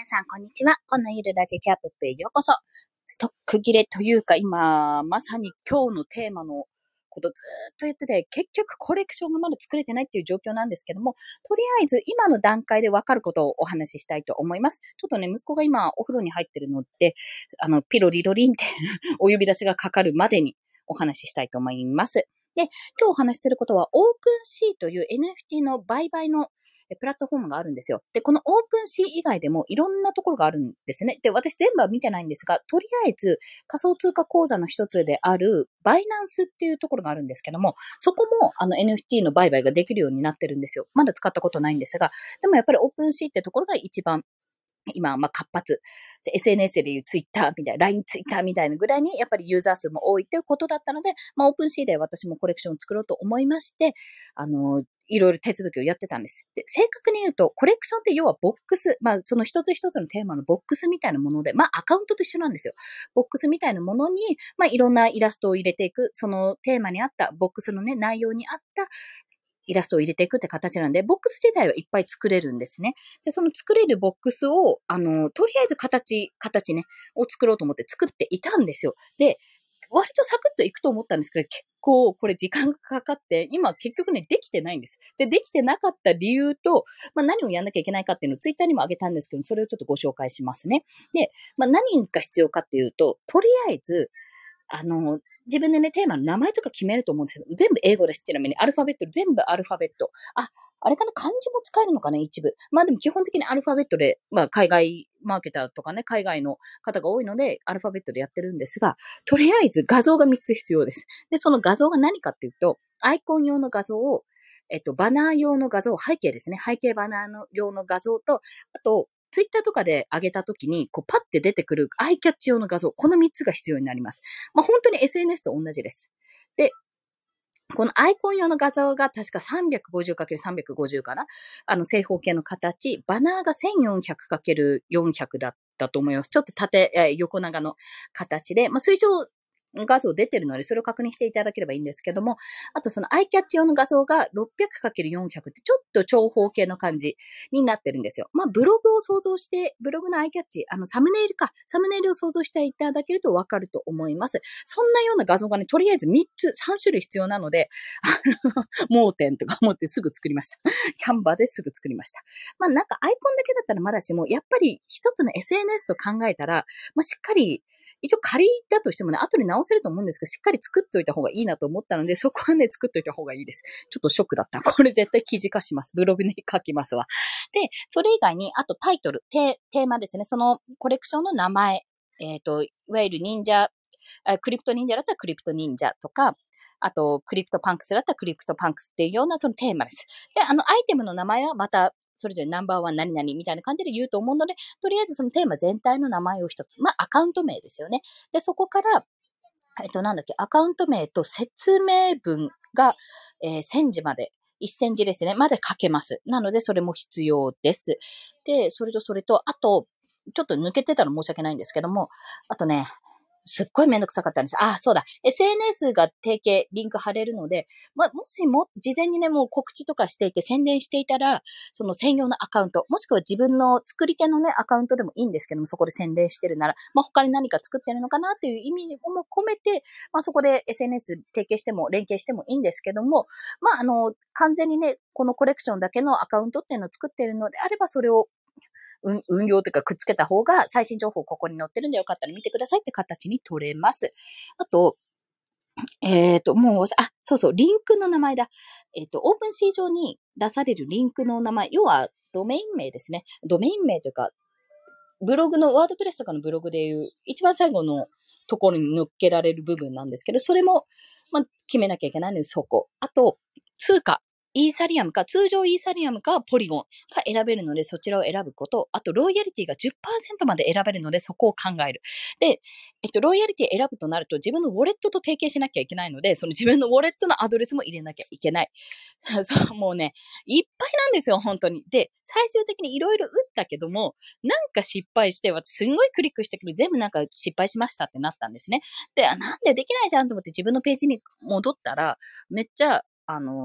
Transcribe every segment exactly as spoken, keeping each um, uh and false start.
さん、こんにちは。このゆるラジチャップへようこそ。ストック切れというか、今、まさに今日のテーマのことずーっと言ってて、結局コレクションがまだ作れてないっていう状況なんですけども、とりあえず今の段階でわかることをお話ししたいと思います。ちょっとね、息子が今お風呂に入ってるので、あの、ピロリロリンってお呼び出しがかかるまでにお話ししたいと思います。で、今日お話しすることは、オープンシーという エヌエフティー の売買のプラットフォームがあるんですよ。で、このオープンシー以外でもいろんなところがあるんですね。で、私全部は見てないんですが、とりあえず仮想通貨口座の一つであるバイナンスっていうところがあるんですけども、そこもあの エヌエフティー の売買ができるようになってるんですよ。まだ使ったことないんですが、でもやっぱりオープンシーってところが一番今、まあ、活発。で、エスエヌエス でいうツイッターみたいな、ライン ツイッターみたいなぐらいに、やっぱりユーザー数も多いということだったので、まあ、オープンシーで私もコレクションを作ろうと思いまして、あの、いろいろ手続きをやってたんです。で、正確に言うと、コレクションって要はボックス、まあ、その一つ一つのテーマのボックスみたいなもので、まあ、アカウントと一緒なんですよ。ボックスみたいなものに、まあ、いろんなイラストを入れていく、そのテーマに合った、ボックスのね、内容に合った、イラストを入れていくって形なんで、ボックス自体はいっぱい作れるんですね。で、その作れるボックスを、あの、とりあえず形、形ね、を作ろうと思って作っていたんですよ。で、割とサクッといくと思ったんですけど、結構これ時間がかかって、今結局ね、できてないんです。で、できてなかった理由と、まあ何をやんなきゃいけないかっていうのをツイッターにも上げたんですけど、それをちょっとご紹介しますね。で、まあ何が必要かっていうと、とりあえず、あの、自分でね、テーマの名前とか決めると思うんですけど、全部英語です。ちなみに、アルファベット、全部アルファベット。あ、あれかな、漢字も使えるのかな、一部。まあでも基本的にアルファベットで、まあ海外マーケターとかね、海外の方が多いので、アルファベットでやってるんですが、とりあえず画像がみっつ必要です。で、その画像が何かっていうと、アイコン用の画像を、えっと、バナー用の画像、背景ですね。背景バナーの用の画像と、あと、ツイッターとかで上げたときに、こう、パッて出てくるアイキャッチ用の画像、このみっつが必要になります。まあ、本当に エスエヌエス と同じです。で、このアイコン用の画像が確か さんびゃくごじゅうかけるさんびゃくごじゅう かな、あの、正方形の形、バナーが せんよんひゃくかけるよんひゃく だったと思います。ちょっと縦、え横長の形で、まあ、水上画像出てるので、それを確認していただければいいんですけども、あとそのアイキャッチ用の画像が ろっぴゃくかけるよんひゃく ってちょっと長方形の感じになってるんですよ。まあ、ブログを想像して、ブログのアイキャッチ、あの、サムネイルか、サムネイルを想像していただけるとわかると思います。そんなような画像がね、とりあえずみっつ、さんしゅるい必要なので、あの、盲点とか思ってすぐ作りました。キャンバーですぐ作りました。まあ、なんかアイコンだけだったらまだしも、やっぱり一つの エスエヌエス と考えたら、まあ、しっかり、一応仮だとしてもね、後で直せると思うんですけど、しっかり作っといた方がいいなと思ったので、そこはね、作っといた方がいいです。ちょっとショックだった。これ絶対記事化します。ブログに書きますわ。で、それ以外に、あとタイトル、テテーマですね。そのコレクションの名前、えっと、いわゆる忍者、クリプト忍者だったらクリプト忍者とか、あと、クリプトパンクスだったらクリプトパンクスっていうようなそのテーマです。で、あの、アイテムの名前はまた、それぞれナンバーワン何々みたいな感じで言うと思うので、とりあえずそのテーマ全体の名前を一つ。まあ、アカウント名ですよね。で、そこから、えっと、なんだっけ、アカウント名と説明文が、えー、千字まで、一千字ですね、まで書けます。なので、それも必要です。で、それとそれと、あと、ちょっと抜けてたら申し訳ないんですけども、あとね、すっごいめんどくさかったんです。あ、そうだ。エスエヌエス が提携、リンク貼れるので、ま、もしも、事前にね、もう告知とかしていて宣伝していたら、その専用のアカウント、もしくは自分の作り手のね、アカウントでもいいんですけども、そこで宣伝してるなら、まあ、他に何か作ってるのかなっていう意味も込めて、まあ、そこで エスエヌエス 提携しても、連携してもいいんですけども、まあ、あの、完全にね、このコレクションだけのアカウントっていうのを作っているのであれば、それを運運用というかくっつけた方が最新情報ここに載ってるんでよかったら見てくださいって形に取れます。あと、えっと、もう、あ、そうそう、リンクの名前だ。えっと、オープンシー上に出されるリンクの名前、要はドメイン名ですね。ドメイン名というか、ブログの、ワードプレスとかのブログでいう、一番最後のところに乗っけられる部分なんですけど、それも、まあ、決めなきゃいけないので、そこ。あと、通貨。イーサリアムか、通常イーサリアムか、ポリゴンか選べるので、そちらを選ぶこと。あと、ロイヤリティが じゅっパーセント まで選べるので、そこを考える。で、えっと、ロイヤリティ選ぶとなると、自分のウォレットと提携しなきゃいけないので、その自分のウォレットのアドレスも入れなきゃいけない。そう、もうね、いっぱいなんですよ、本当に。で、最終的にいろいろ打ったけども、なんか失敗して、私すんごいクリックしたけど、全部なんか失敗しましたってなったんですね。で、なんでできないじゃんと思って自分のページに戻ったら、めっちゃ、あの、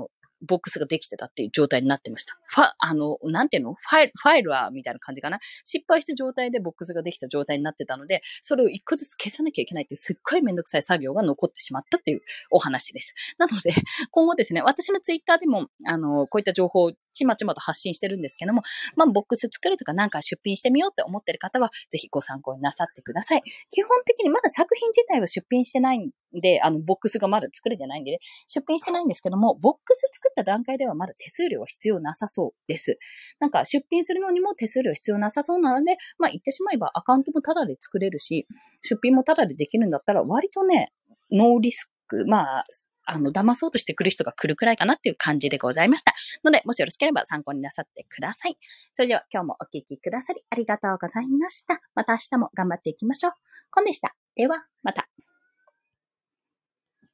ボックスができてたっていう状態になってました。ファ、あの、なんていうのファイル、ファイルは、みたいな感じかな。失敗した状態でボックスができた状態になってたので、それを一個ずつ消さなきゃいけないっていうすっごいめんどくさい作業が残ってしまったっていうお話です。なので、今後ですね、私のツイッターでも、あの、こういった情報をちまちまと発信してるんですけども、まあ、ボックス作るとかなんか出品してみようって思ってる方は、ぜひご参考になさってください。基本的にまだ作品自体は出品してないんで、あの、ボックスがまだ作れてないんでね、出品してないんですけども、ボックス作った段階ではまだ手数料は必要なさそうです。なんか出品するのにも手数料必要なさそうなので、まあ言ってしまえばアカウントもタダで作れるし、出品もタダでできるんだったら割とね、ノーリスク、まあ、あの、騙そうとしてくる人が来るくらいかなっていう感じでございました。ので、もしよろしければ参考になさってください。それでは今日もお聞きくださりありがとうございました。また明日も頑張っていきましょう。コンでした。では、また。